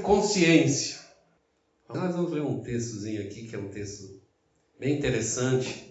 consciência. Nós vamos ler um textozinho aqui, que é um texto bem interessante,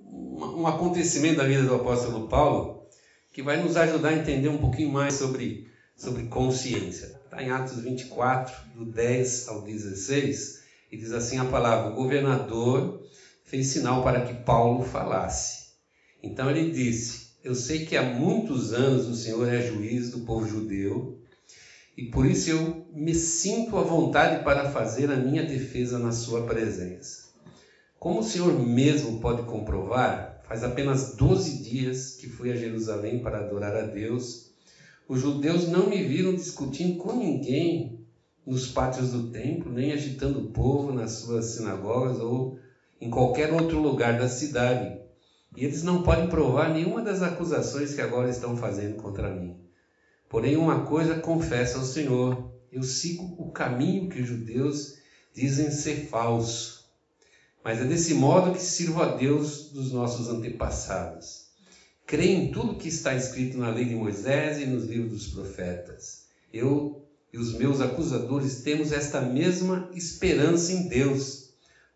um acontecimento da vida do apóstolo Paulo, que vai nos ajudar a entender um pouquinho mais sobre consciência. Está em Atos 24, do 10 ao 16, e diz assim a palavra: o governador fez sinal para que Paulo falasse. Então ele disse: eu sei que há muitos anos o Senhor é juiz do povo judeu, e por isso eu me sinto à vontade para fazer a minha defesa na sua presença. Como o Senhor mesmo pode comprovar, faz apenas 12 dias que fui a Jerusalém para adorar a Deus. Os judeus não me viram discutindo com ninguém nos pátios do templo, nem agitando o povo nas suas sinagogas ou em qualquer outro lugar da cidade. E eles não podem provar nenhuma das acusações que agora estão fazendo contra mim. Porém, uma coisa confesso ao Senhor: eu sigo o caminho que os judeus dizem ser falso. Mas é desse modo que sirvo a Deus dos nossos antepassados. Creio em tudo que está escrito na lei de Moisés e nos livros dos profetas. Eu e os meus acusadores temos esta mesma esperança em Deus.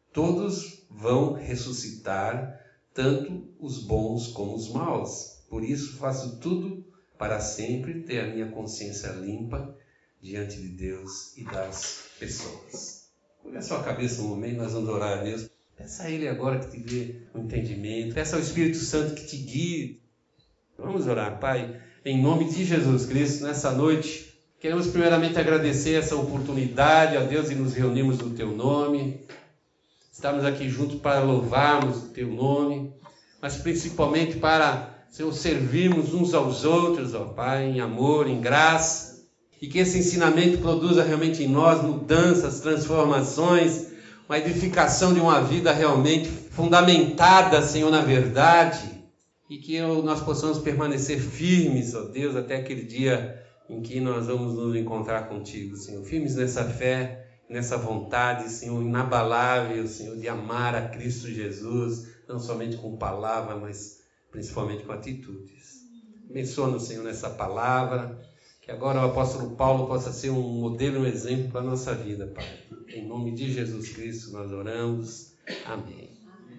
Todos vão ressuscitar, tanto os bons como os maus. Por isso faço tudo para sempre ter a minha consciência limpa diante de Deus e das pessoas. Põe a sua cabeça um momento, nós vamos orar a Deus. Peça a Ele agora que te dê um entendimento. Peça ao Espírito Santo que te guie. Vamos orar. Pai, em nome de Jesus Cristo, nessa noite, queremos primeiramente agradecer essa oportunidade a Deus de nos reunirmos no Teu nome. Estamos aqui juntos para louvarmos o Teu nome, mas principalmente para, Senhor, servirmos uns aos outros, ó Pai, em amor, em graça, e que esse ensinamento produza realmente em nós mudanças, transformações, uma edificação de uma vida realmente fundamentada, Senhor, na verdade, e que nós possamos permanecer firmes, ó Deus, até aquele dia em que nós vamos nos encontrar contigo, Senhor, firmes nessa fé, nessa vontade, Senhor, inabalável, Senhor, de amar a Cristo Jesus, não somente com palavra, mas principalmente com atitudes. Abençoa-nos, Senhor, nessa palavra, que agora o apóstolo Paulo possa ser um modelo, um exemplo para a nossa vida, Pai. Em nome de Jesus Cristo nós oramos. Amém.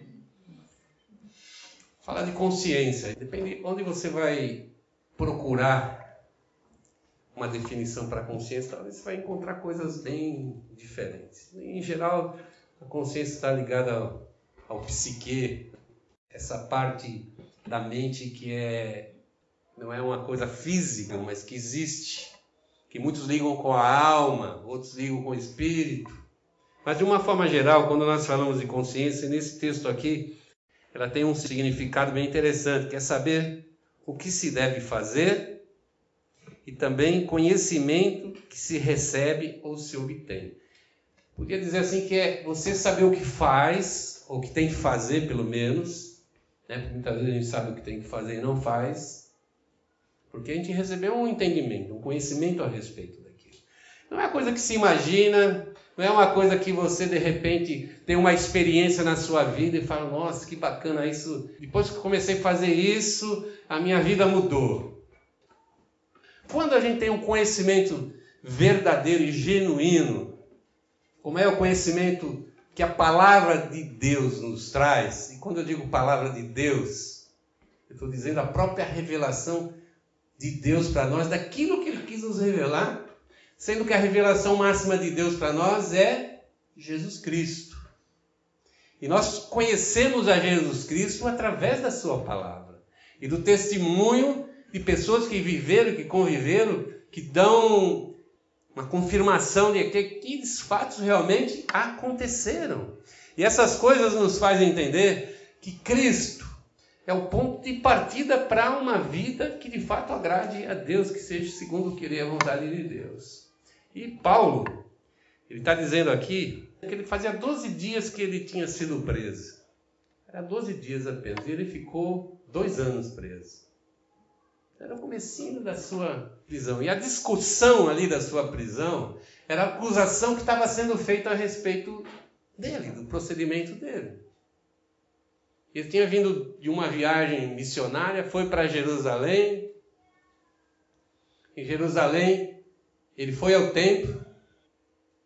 Falar de consciência, depende de onde você vai procurar uma definição para a consciência, talvez você vai encontrar coisas bem diferentes. Em geral, a consciência está ligada ao psique, essa parte da mente que não é uma coisa física, mas que existe, que muitos ligam com a alma, outros ligam com o espírito. Mas de uma forma geral, quando nós falamos de consciência, nesse texto aqui, ela tem um significado bem interessante, que é saber o que se deve fazer e também conhecimento que se recebe ou se obtém. Podia dizer assim que é você saber o que faz, ou que tem que fazer pelo menos, né? Porque muitas vezes a gente sabe o que tem que fazer e não faz, porque a gente recebeu um entendimento, um conhecimento a respeito daquilo. Não é uma coisa que se imagina, não é uma coisa que você de repente tem uma experiência na sua vida e fala: nossa, que bacana isso, depois que eu comecei a fazer isso, a minha vida mudou. Quando a gente tem um conhecimento verdadeiro e genuíno, como é o conhecimento que a palavra de Deus nos traz, e quando eu digo palavra de Deus, eu estou dizendo a própria revelação de Deus para nós, daquilo que Ele quis nos revelar, sendo que a revelação máxima de Deus para nós é Jesus Cristo. E nós conhecemos a Jesus Cristo através da sua palavra e do testemunho de pessoas que viveram, que conviveram, que dão uma confirmação de que aqueles fatos realmente aconteceram. E essas coisas nos fazem entender que Cristo é o ponto de partida para uma vida que de fato agrade a Deus, que seja segundo o querer e a vontade de Deus. E Paulo, ele está dizendo aqui que ele fazia 12 dias que ele tinha sido preso. Era 12 dias apenas. E ele ficou 2 anos preso. Era o comecinho da sua prisão. E a discussão ali da sua prisão era a acusação que estava sendo feita a respeito dele, do procedimento dele. Ele tinha vindo de uma viagem missionária, foi para Jerusalém. Em Jerusalém, ele foi ao templo.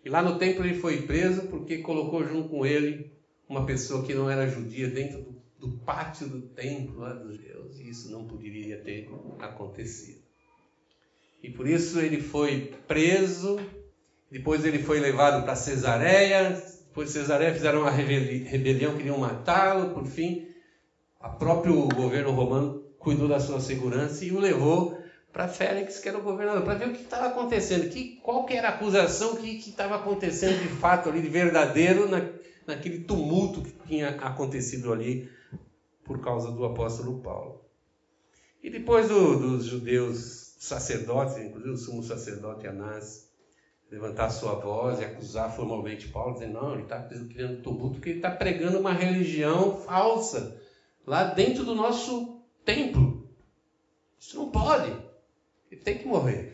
E lá no templo ele foi preso porque colocou junto com ele uma pessoa que não era judia dentro do pátio do templo lá dos judeus. E isso não poderia ter acontecido. E por isso ele foi preso. Depois ele foi levado para Cesareia. Depois de Cesareia fizeram uma rebelião, queriam matá-lo. Por fim, o próprio governo romano cuidou da sua segurança e o levou para Félix, que era o governador, para ver o que estava acontecendo, qual que era a acusação, o que estava acontecendo de fato ali, de verdadeiro, naquele tumulto que tinha acontecido ali por causa do apóstolo Paulo. E depois dos judeus sacerdotes, inclusive o sumo sacerdote Anás, levantar sua voz e acusar formalmente Paulo, dizendo, não, ele está criando tumulto porque ele está pregando uma religião falsa lá dentro do nosso templo. Isso não pode. Ele tem que morrer.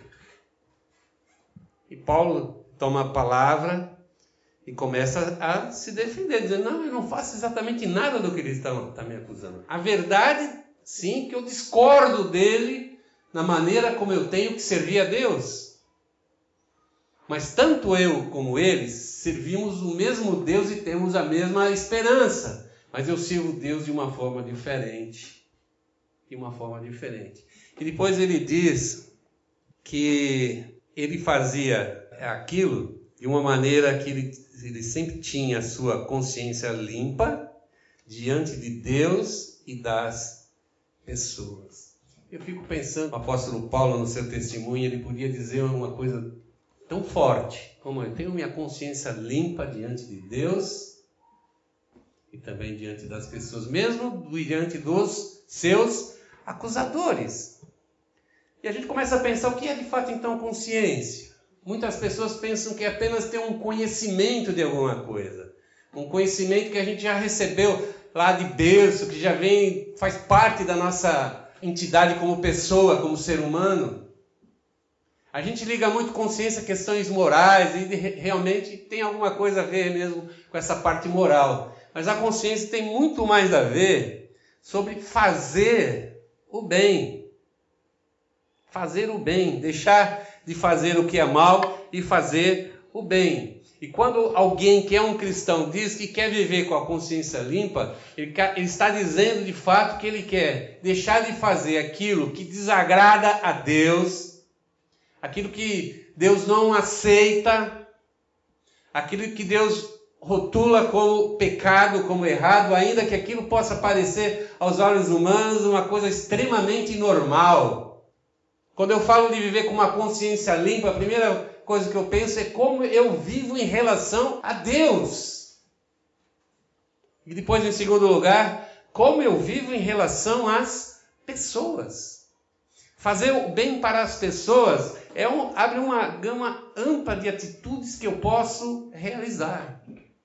E Paulo toma a palavra e começa a se defender, dizendo, não, eu não faço exatamente nada do que ele está me acusando. A verdade, sim, que eu discordo dele na maneira como eu tenho que servir a Deus. Mas tanto eu como eles servimos o mesmo Deus e temos a mesma esperança. Mas eu sirvo Deus de uma forma diferente. De uma forma diferente. E depois ele diz que ele fazia aquilo de uma maneira que ele sempre tinha a sua consciência limpa diante de Deus e das pessoas. Eu fico pensando, o apóstolo Paulo, no seu testemunho, ele podia dizer uma coisa tão forte como eu tenho minha consciência limpa diante de Deus e também diante das pessoas, mesmo diante dos seus acusadores. E a gente começa a pensar o que é de fato então consciência. Muitas pessoas pensam que é apenas ter um conhecimento de alguma coisa. Um conhecimento que a gente já recebeu lá de berço, que já vem, faz parte da nossa entidade como pessoa, como ser humano. A gente liga muito consciência a questões morais e realmente tem alguma coisa a ver mesmo com essa parte moral. Mas a consciência tem muito mais a ver sobre fazer o bem. Fazer o bem, deixar de fazer o que é mal e fazer o bem. E quando alguém que é um cristão diz que quer viver com a consciência limpa, ele está dizendo de fato que ele quer deixar de fazer aquilo que desagrada a Deus, aquilo que Deus não aceita, aquilo que Deus rotula como pecado, como errado, ainda que aquilo possa parecer aos olhos humanos uma coisa extremamente normal. Quando eu falo de viver com uma consciência limpa, a primeira coisa que eu penso é como eu vivo em relação a Deus. E depois, em segundo lugar, como eu vivo em relação às pessoas. Fazer o bem para as pessoas abre uma gama ampla de atitudes que eu posso realizar.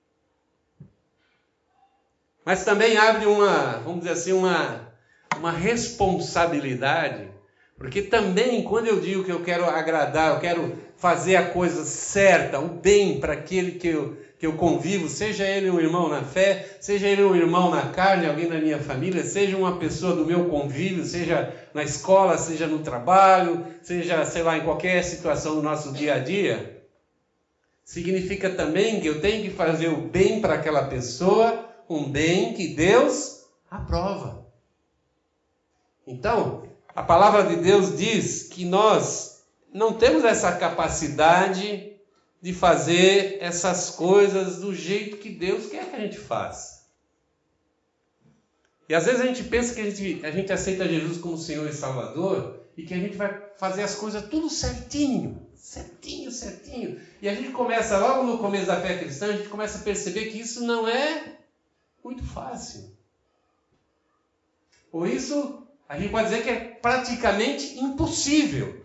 Mas também abre vamos dizer assim, uma responsabilidade. Porque também, quando eu digo que eu quero agradar, eu quero fazer a coisa certa, o bem para aquele que eu convivo, seja ele um irmão na fé, seja ele um irmão na carne, alguém da minha família, seja uma pessoa do meu convívio, seja na escola, seja no trabalho, seja, sei lá, em qualquer situação do nosso dia a dia, significa também que eu tenho que fazer o bem para aquela pessoa, um bem que Deus aprova. Então, a palavra de Deus diz que nós não temos essa capacidade de fazer essas coisas do jeito que Deus quer que a gente faça. E às vezes a gente pensa que a gente aceita Jesus como Senhor e Salvador e que a gente vai fazer as coisas tudo certinho. E a gente começa, logo no começo da fé cristã, a gente começa a perceber que isso não é muito fácil. Ou isso a gente pode dizer que é praticamente impossível.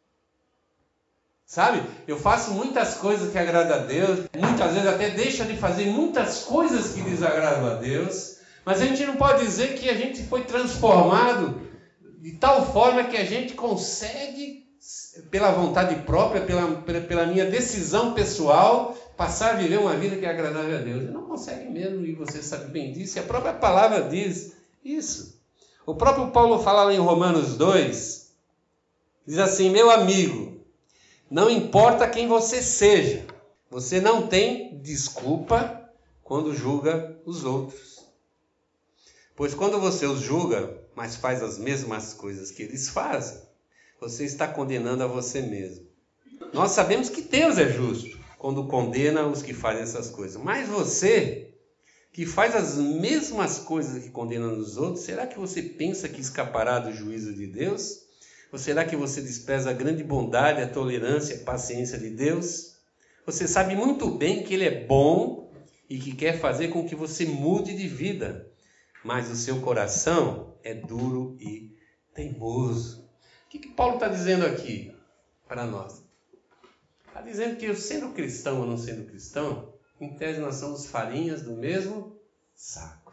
Sabe? Eu faço muitas coisas que agradam a Deus, muitas vezes até deixo de fazer muitas coisas que desagradam a Deus, mas a gente não pode dizer que a gente foi transformado de tal forma que a gente consegue, pela vontade própria, pela minha decisão pessoal, passar a viver uma vida que é agradável a Deus. Ele não consegue mesmo, e você sabe bem disso, e a própria palavra diz isso. O próprio Paulo fala lá em Romanos 2, diz assim, meu amigo, não importa quem você seja, Você não tem desculpa quando julga os outros. Pois quando você os julga, mas faz as mesmas coisas que eles fazem, você está condenando a você mesmo. Nós sabemos que Deus é justo quando condena os que fazem essas coisas. Mas você, que faz as mesmas coisas que condena os outros, será que você pensa que escapará do juízo de Deus? Ou será que você despreza a grande bondade, a tolerância, a paciência de Deus? Você sabe muito bem que Ele é bom e que quer fazer com que você mude de vida. Mas o seu coração é duro e teimoso. O que Paulo está dizendo aqui para nós? Está dizendo que eu, sendo cristão ou não sendo cristão, em tese nós somos farinhas do mesmo saco.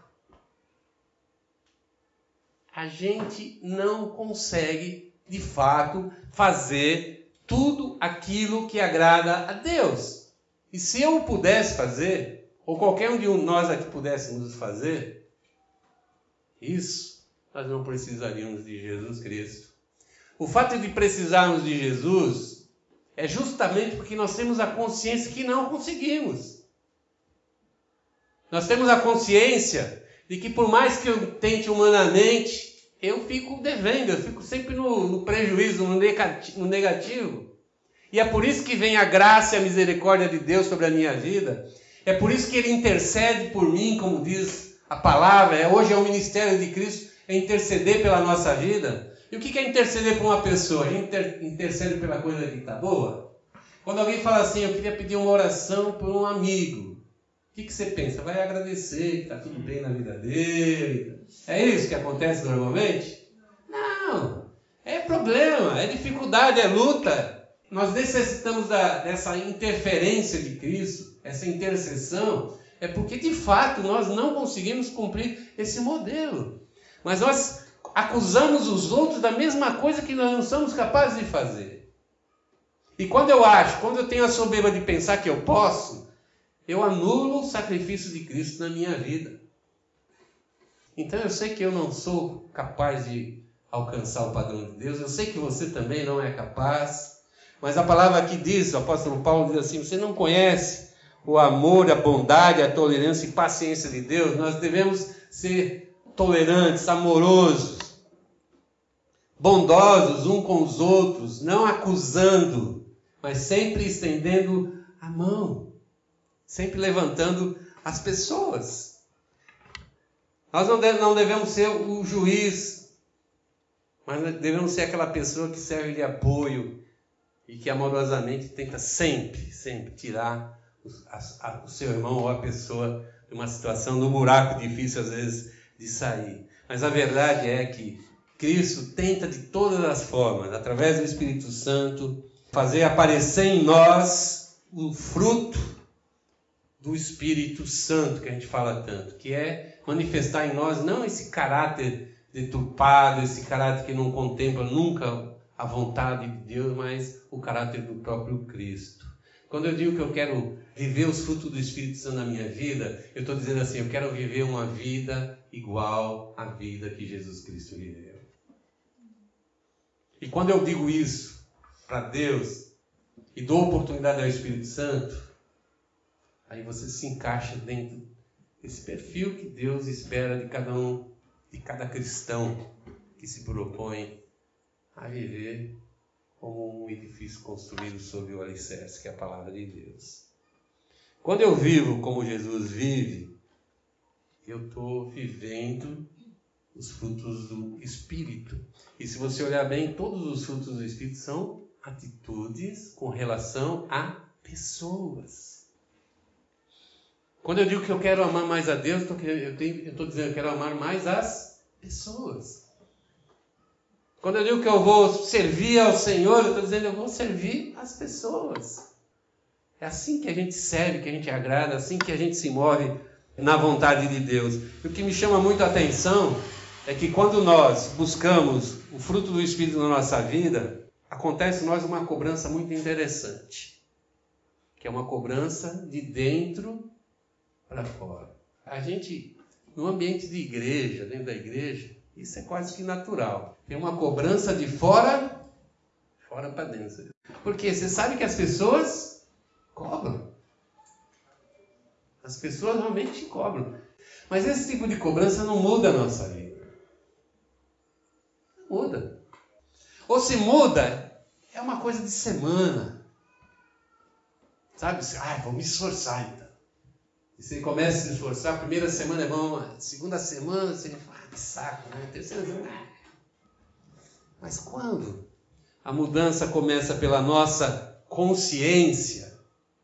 A gente não consegue, de fato, fazer tudo aquilo que agrada a Deus. E se eu pudesse fazer, ou qualquer um de nós aqui pudéssemos fazer, isso nós não precisaríamos de Jesus Cristo. O fato de precisarmos de Jesus é justamente porque nós temos a consciência que não conseguimos. Nós temos a consciência de que por mais que eu tente humanamente, eu fico devendo, eu fico sempre no prejuízo, no negativo. E é por isso que vem a graça e a misericórdia de Deus sobre a minha vida. É por isso que Ele intercede por mim, como diz a palavra. Hoje é o ministério de Cristo, é interceder pela nossa vida. E o que é interceder por uma pessoa? A gente intercede pela coisa que está boa? Quando alguém fala assim, eu queria pedir uma oração por um amigo. O que você pensa? Vai agradecer, que está tudo bem na vida dele. É isso que acontece normalmente? Não. É problema, é dificuldade, é luta. Nós necessitamos dessa interferência de Cristo, essa intercessão. É porque, de fato, nós não conseguimos cumprir esse modelo. Mas nós acusamos os outros da mesma coisa que nós não somos capazes de fazer. E quando eu tenho a soberba de pensar que eu posso, eu anulo o sacrifício de Cristo na minha vida. Então eu sei que eu não sou capaz de alcançar o padrão de Deus, eu sei que você também não é capaz, mas a palavra aqui diz, o apóstolo Paulo diz assim, você não conhece o amor, a bondade, a tolerância e paciência de Deus? Nós devemos ser tolerantes, amorosos, bondosos uns com os outros, não acusando, mas sempre estendendo a mão, sempre levantando as pessoas. Nós não devemos ser o juiz, mas devemos ser aquela pessoa que serve de apoio e que amorosamente tenta sempre tirar o seu irmão ou a pessoa de uma situação, de um buraco difícil às vezes de sair. Mas a verdade é que Cristo tenta de todas as formas, através do Espírito Santo, fazer aparecer em nós o fruto do Espírito Santo que a gente fala tanto, que é manifestar em nós não esse caráter deturpado, esse caráter que não contempla nunca a vontade de Deus, mas o caráter do próprio Cristo. Quando eu digo que eu quero viver os frutos do Espírito Santo na minha vida, eu estou dizendo assim, eu quero viver uma vida igual à vida que Jesus Cristo viveu. E quando eu digo isso para Deus e dou oportunidade ao Espírito Santo, aí você se encaixa dentro desse perfil que Deus espera de cada um, de cada cristão que se propõe a viver como um edifício construído sobre o alicerce, que é a palavra de Deus. Quando eu vivo como Jesus vive, eu estou vivendo os frutos do Espírito. E se você olhar bem, todos os frutos do Espírito são atitudes com relação a pessoas. Quando eu digo que eu quero amar mais a Deus, eu estou dizendo que eu quero amar mais as pessoas. Quando eu digo que eu vou servir ao Senhor, eu estou dizendo que eu vou servir as pessoas. É assim que a gente serve, que a gente agrada, assim que a gente se move na vontade de Deus. E o que me chama muito a atenção é que quando nós buscamos o fruto do Espírito na nossa vida, acontece em nós uma cobrança muito interessante, que é uma cobrança de dentro para fora. A gente, no ambiente de igreja, dentro da igreja, isso é quase que natural. Tem uma cobrança de fora para dentro. Porque você sabe que as pessoas cobram. As pessoas realmente te cobram. Mas esse tipo de cobrança não muda a nossa vida. Não muda. Ou se muda, é uma coisa de semana. Sabe? Vou me esforçar então. E você começa a se esforçar, a primeira semana é bom, a segunda semana você fala, que saco, né? A terceira semana, Mas quando a mudança começa pela nossa consciência,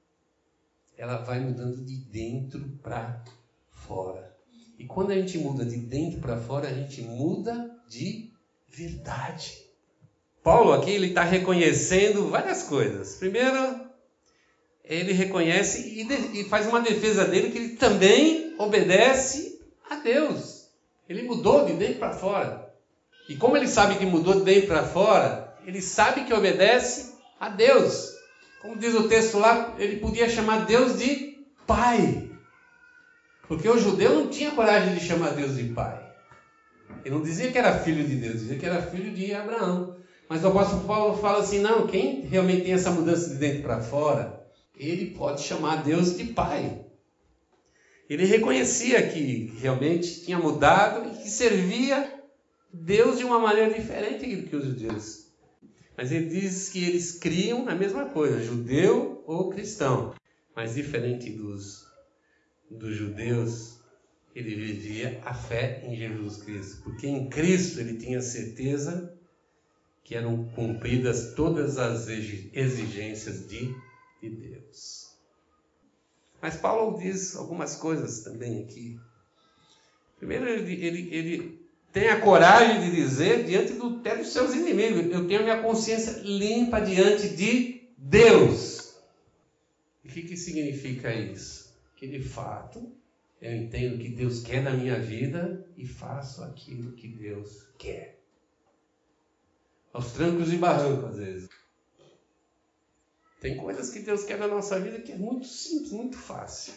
ela vai mudando de dentro para fora. E quando a gente muda de dentro para fora, a gente muda de verdade. Paulo aqui ele está reconhecendo várias coisas. Primeiro, ele reconhece e faz uma defesa dele que ele também obedece a Deus. Ele mudou de dentro para fora. E como ele sabe que mudou de dentro para fora, ele sabe que obedece a Deus. Como diz o texto lá, ele podia chamar Deus de Pai. Porque o judeu não tinha coragem de chamar Deus de Pai. Ele não dizia que era filho de Deus, dizia que era filho de Abraão. Mas o apóstolo Paulo fala assim, não, quem realmente tem essa mudança de dentro para fora, ele pode chamar Deus de Pai. Ele reconhecia que realmente tinha mudado e que servia Deus de uma maneira diferente do que os judeus. Mas ele diz que eles criam na mesma coisa, judeu ou cristão. Mas diferente dos judeus, ele vivia a fé em Jesus Cristo. Porque em Cristo ele tinha certeza que eram cumpridas todas as exigências de Deus. Mas Paulo diz algumas coisas também aqui. Primeiro, ele tem a coragem de dizer diante até dos seus inimigos, eu tenho minha consciência limpa diante de Deus. E o que significa isso? Que de fato eu entendo que Deus quer da minha vida e faço aquilo que Deus quer. Aos trancos e barrancos, às vezes. Tem coisas que Deus quer na nossa vida que é muito simples, muito fácil.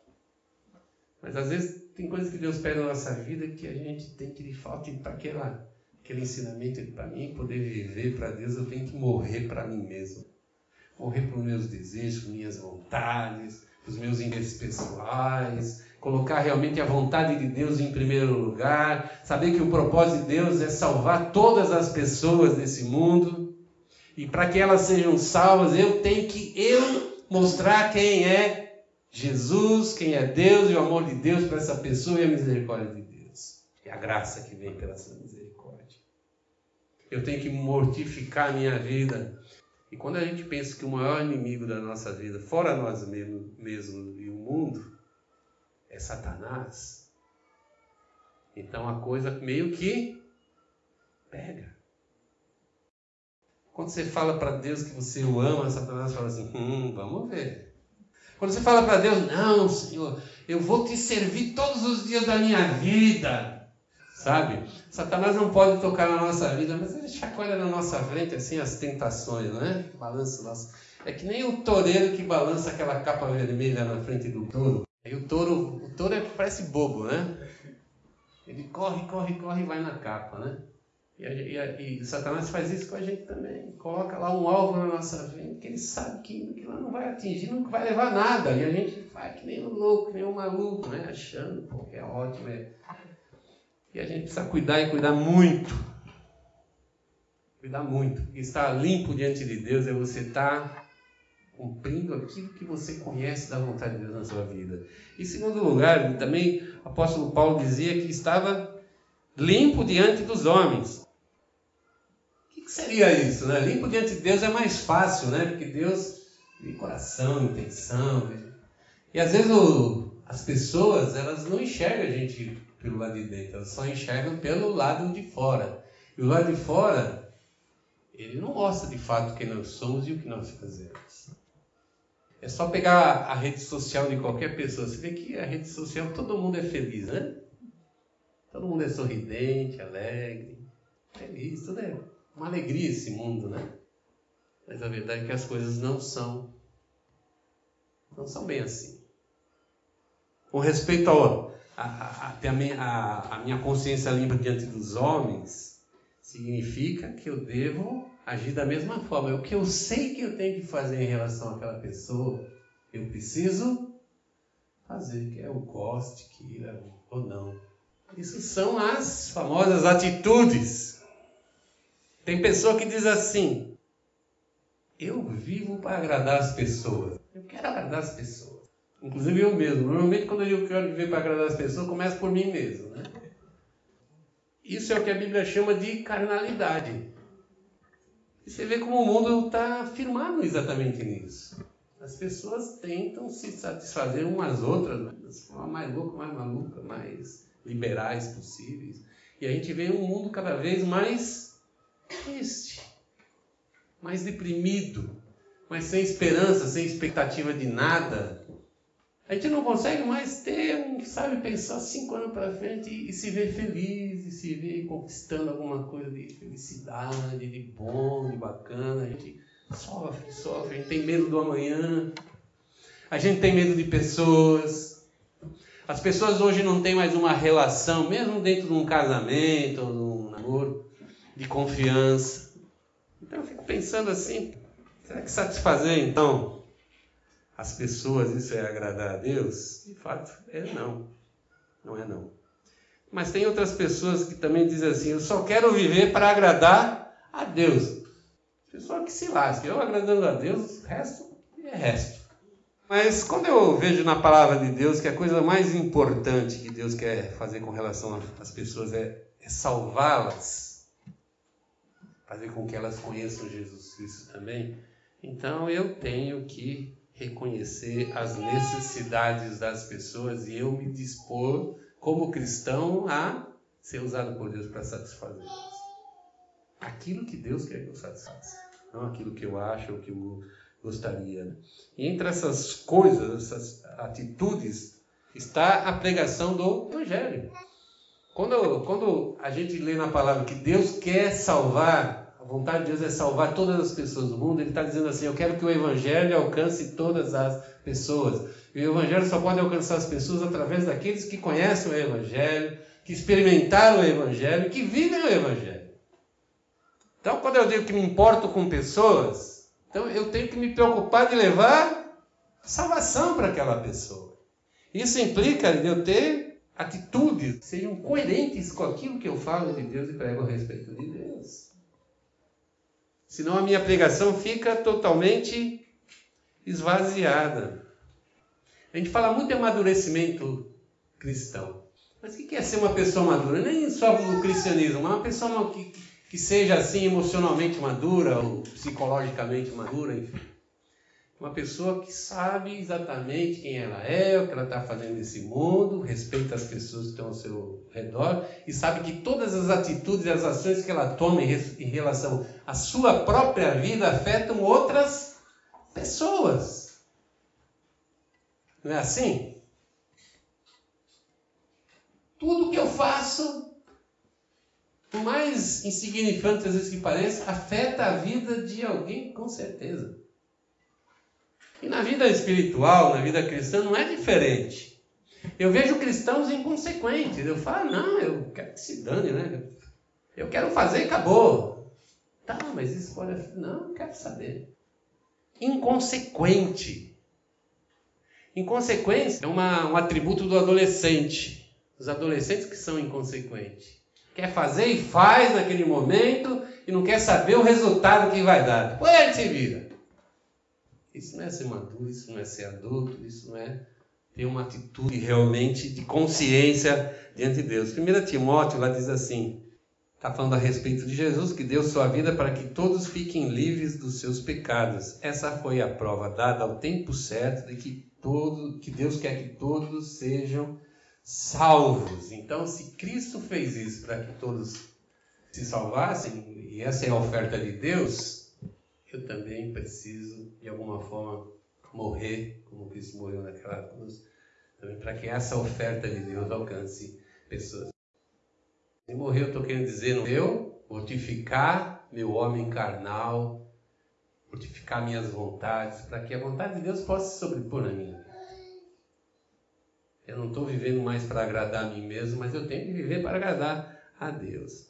Mas às vezes tem coisas que Deus pede na nossa vida que a gente tem que, de fato, ir para aquele ensinamento para mim, poder viver para Deus, eu tenho que morrer para mim mesmo. Morrer para os meus desejos, minhas vontades, os meus interesses pessoais, colocar realmente a vontade de Deus em primeiro lugar, saber que o propósito de Deus é salvar todas as pessoas desse mundo, e para que elas sejam salvas, eu tenho que mostrar quem é Jesus, quem é Deus e o amor de Deus para essa pessoa e a misericórdia de Deus. E a graça que vem pela sua misericórdia. Eu tenho que mortificar a minha vida. E quando a gente pensa que o maior inimigo da nossa vida, fora nós mesmos e o mundo, é Satanás, então a coisa meio que pega. Quando você fala para Deus que você o ama, Satanás fala assim, vamos ver. Quando você fala para Deus, não, Senhor, eu vou te servir todos os dias da minha vida, sabe? Satanás não pode tocar na nossa vida, mas ele chacoalha na nossa frente, assim, as tentações, né? Balança nossa. É que nem o toureiro que balança aquela capa vermelha na frente do touro. Aí o touro parece bobo, né? Ele corre e vai na capa, né? E Satanás faz isso com a gente também. Coloca lá um alvo na nossa frente, que ele sabe que lá não vai atingir, não vai levar nada. E a gente vai que nem um louco, nem um maluco, né? Achando, que é ótimo. E a gente precisa cuidar e cuidar muito. Cuidar muito. Porque estar limpo diante de Deus é você estar cumprindo aquilo que você conhece da vontade de Deus na sua vida. Em segundo lugar, também o apóstolo Paulo dizia que estava limpo diante dos homens. O que seria isso, né? Limpo diante de Deus é mais fácil, né? Porque Deus vê coração, intenção. E às vezes as pessoas, elas não enxergam a gente pelo lado de dentro, elas só enxergam pelo lado de fora. E o lado de fora, ele não mostra de fato quem nós somos e o que nós fazemos. É só pegar a rede social de qualquer pessoa. Você vê que a rede social, todo mundo é feliz, né? Todo mundo é sorridente, alegre, feliz, tudo é uma alegria esse mundo, né? Mas a verdade é que as coisas não são bem assim. Com respeito a minha consciência limpa diante dos homens, significa que eu devo agir da mesma forma. O que eu sei que eu tenho que fazer em relação àquela pessoa, eu preciso fazer. fazer, quer eu goste, queira ou não. Isso são as famosas atitudes. Tem pessoa que diz assim: eu vivo para agradar as pessoas. Eu quero agradar as pessoas. Inclusive eu mesmo. Normalmente quando eu quero viver para agradar as pessoas, eu começo por mim mesmo, né? Isso é o que a Bíblia chama de carnalidade. E você vê como o mundo está firmado exatamente nisso. As pessoas tentam se satisfazer umas às outras, né? Das formas mais loucas, mais malucas, mais liberais possíveis. E a gente vê um mundo cada vez mais triste, mais deprimido, mais sem esperança, sem expectativa de nada. A gente não consegue mais pensar 5 anos para frente e se ver feliz, e se ver conquistando alguma coisa de felicidade, de bom, de bacana. A gente sofre, a gente tem medo do amanhã, a gente tem medo de pessoas. As pessoas hoje não têm mais uma relação, mesmo dentro de um casamento ou de um namoro, de confiança. Então eu fico pensando assim, será que satisfazer então as pessoas, isso é agradar a Deus? De fato, não é não. Mas tem outras pessoas que também dizem assim: eu só quero viver para agradar a Deus. Pessoa que se lasca, eu agradando a Deus, o resto é resto. Mas quando eu vejo na palavra de Deus que a coisa mais importante que Deus quer fazer com relação às pessoas é salvá-las, fazer com que elas conheçam Jesus Cristo também, então eu tenho que reconhecer as necessidades das pessoas e eu me dispor, como cristão, a ser usado por Deus para satisfazê-las. Aquilo que Deus quer que eu satisfaça, não aquilo que eu acho ou que eu gostaria. E entre essas coisas, essas atitudes, está a pregação do Evangelho. Quando a gente lê na palavra que Deus quer salvar, a vontade de Deus é salvar todas as pessoas do mundo, Ele está dizendo assim: eu quero que o Evangelho alcance todas as pessoas. E o Evangelho só pode alcançar as pessoas através daqueles que conhecem o Evangelho, que experimentaram o Evangelho, que vivem o Evangelho. Então, quando eu digo que me importo com pessoas, então eu tenho que me preocupar de levar salvação para aquela pessoa. Isso implica de eu ter atitudes que sejam coerentes com aquilo que eu falo de Deus e prego a respeito de Deus. Senão a minha pregação fica totalmente esvaziada. A gente fala muito de amadurecimento cristão. Mas o que é ser uma pessoa madura? Nem só no cristianismo, mas uma pessoa que seja assim emocionalmente madura ou psicologicamente madura, enfim. Uma pessoa que sabe exatamente quem ela é, o que ela está fazendo nesse mundo, respeita as pessoas que estão ao seu redor e sabe que todas as atitudes e as ações que ela toma em relação à sua própria vida afetam outras pessoas. Não é assim? Tudo que eu faço, por mais insignificante às vezes que pareça, afeta a vida de alguém com certeza. E na vida espiritual, na vida cristã, não é diferente. Eu vejo cristãos inconsequentes. Eu falo: não, eu quero que se dane, né? Eu quero fazer e acabou. Tá, mas isso pode... Não, não quero saber. Inconsequente. Inconsequência é um atributo do adolescente. Os adolescentes que são inconsequentes. Quer fazer e faz naquele momento e não quer saber o resultado que vai dar. Depois a gente se vira. Isso não é ser maduro, isso não é ser adulto, isso não é ter uma atitude realmente de consciência diante de Deus. 1 Timóteo lá diz assim, está falando a respeito de Jesus, que deu sua vida para que todos fiquem livres dos seus pecados. Essa foi a prova dada ao tempo certo de que Deus quer que todos sejam salvos. Então, se Cristo fez isso para que todos se salvassem, e essa é a oferta de Deus, eu também preciso, de alguma forma, morrer, como Cristo morreu naquela cruz, também para que essa oferta de Deus alcance pessoas. E morrer, eu estou querendo dizer, eu mortificar meu homem carnal, mortificar minhas vontades, para que a vontade de Deus possa se sobrepor na minha vida. Eu não estou vivendo mais para agradar a mim mesmo, mas eu tenho que viver para agradar a Deus.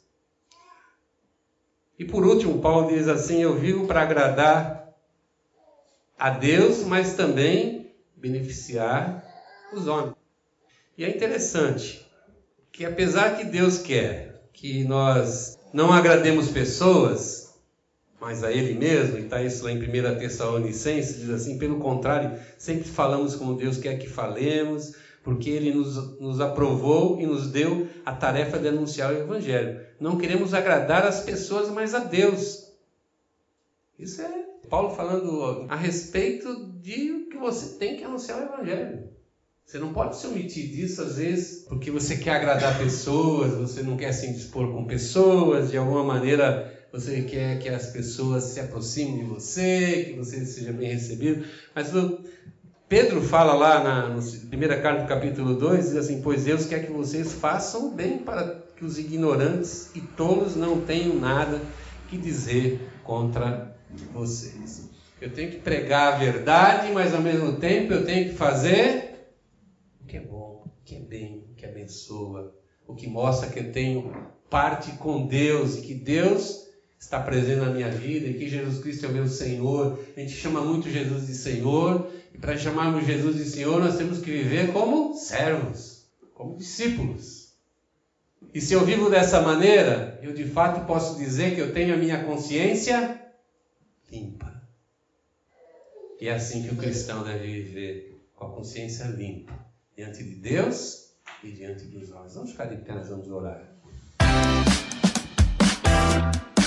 E por último, Paulo diz assim, eu vivo para agradar a Deus, mas também beneficiar os homens. E é interessante que apesar que Deus quer que nós não agrademos pessoas, mas a Ele mesmo, e está isso lá em 1 Tessalonicenses, diz assim, pelo contrário, sempre falamos como Deus quer que falemos, porque Ele nos aprovou e nos deu a tarefa de anunciar o Evangelho. Não queremos agradar as pessoas, mas a Deus. Isso é Paulo falando a respeito de que você tem que anunciar o Evangelho. Você não pode se omitir disso, às vezes, porque você quer agradar pessoas, você não quer se indispor com pessoas, de alguma maneira você quer que as pessoas se aproximem de você, que você seja bem recebido. Mas Pedro fala lá na primeira carta do capítulo 2, diz assim, pois Deus quer que vocês façam o bem para que os ignorantes e tolos não tenham nada que dizer contra vocês. Eu tenho que pregar a verdade, mas ao mesmo tempo eu tenho que fazer o que é bom, o que é bem, o que abençoa, o que mostra que eu tenho parte com Deus e que Deus está presente na minha vida e que Jesus Cristo é o meu Senhor. A gente chama muito Jesus de Senhor, e para chamarmos Jesus de Senhor nós temos que viver como servos, como discípulos. E se eu vivo dessa maneira, eu de fato posso dizer que eu tenho a minha consciência limpa. E é assim que o cristão deve viver, com a consciência limpa, diante de Deus e diante dos homens. Vamos ficar de pé, nós vamos orar.